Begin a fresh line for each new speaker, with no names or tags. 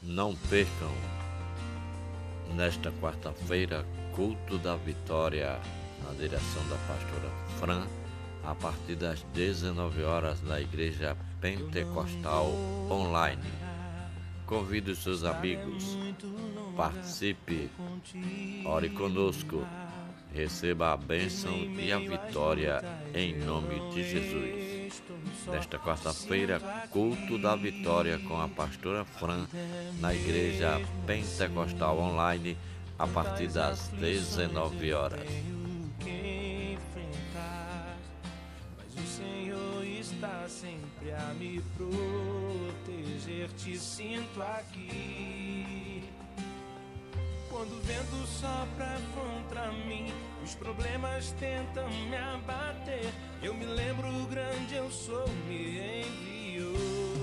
Não percam, nesta quarta-feira, culto da vitória, na direção da pastora Fran, a partir das 19 horas na Igreja Pentecostal Online. Convide os seus amigos, participe, ore conosco, receba a bênção e a vitória em nome de Jesus. Nesta quarta-feira, culto da vitória com a pastora Fran, na Igreja Pentecostal Online, a partir das 19 horas.
Mas o Senhor está sempre a me proteger, te sinto aqui. Quando o vento sopra contra mim, os problemas tentam me abater, eu me lembro, o grande eu sou me enviou.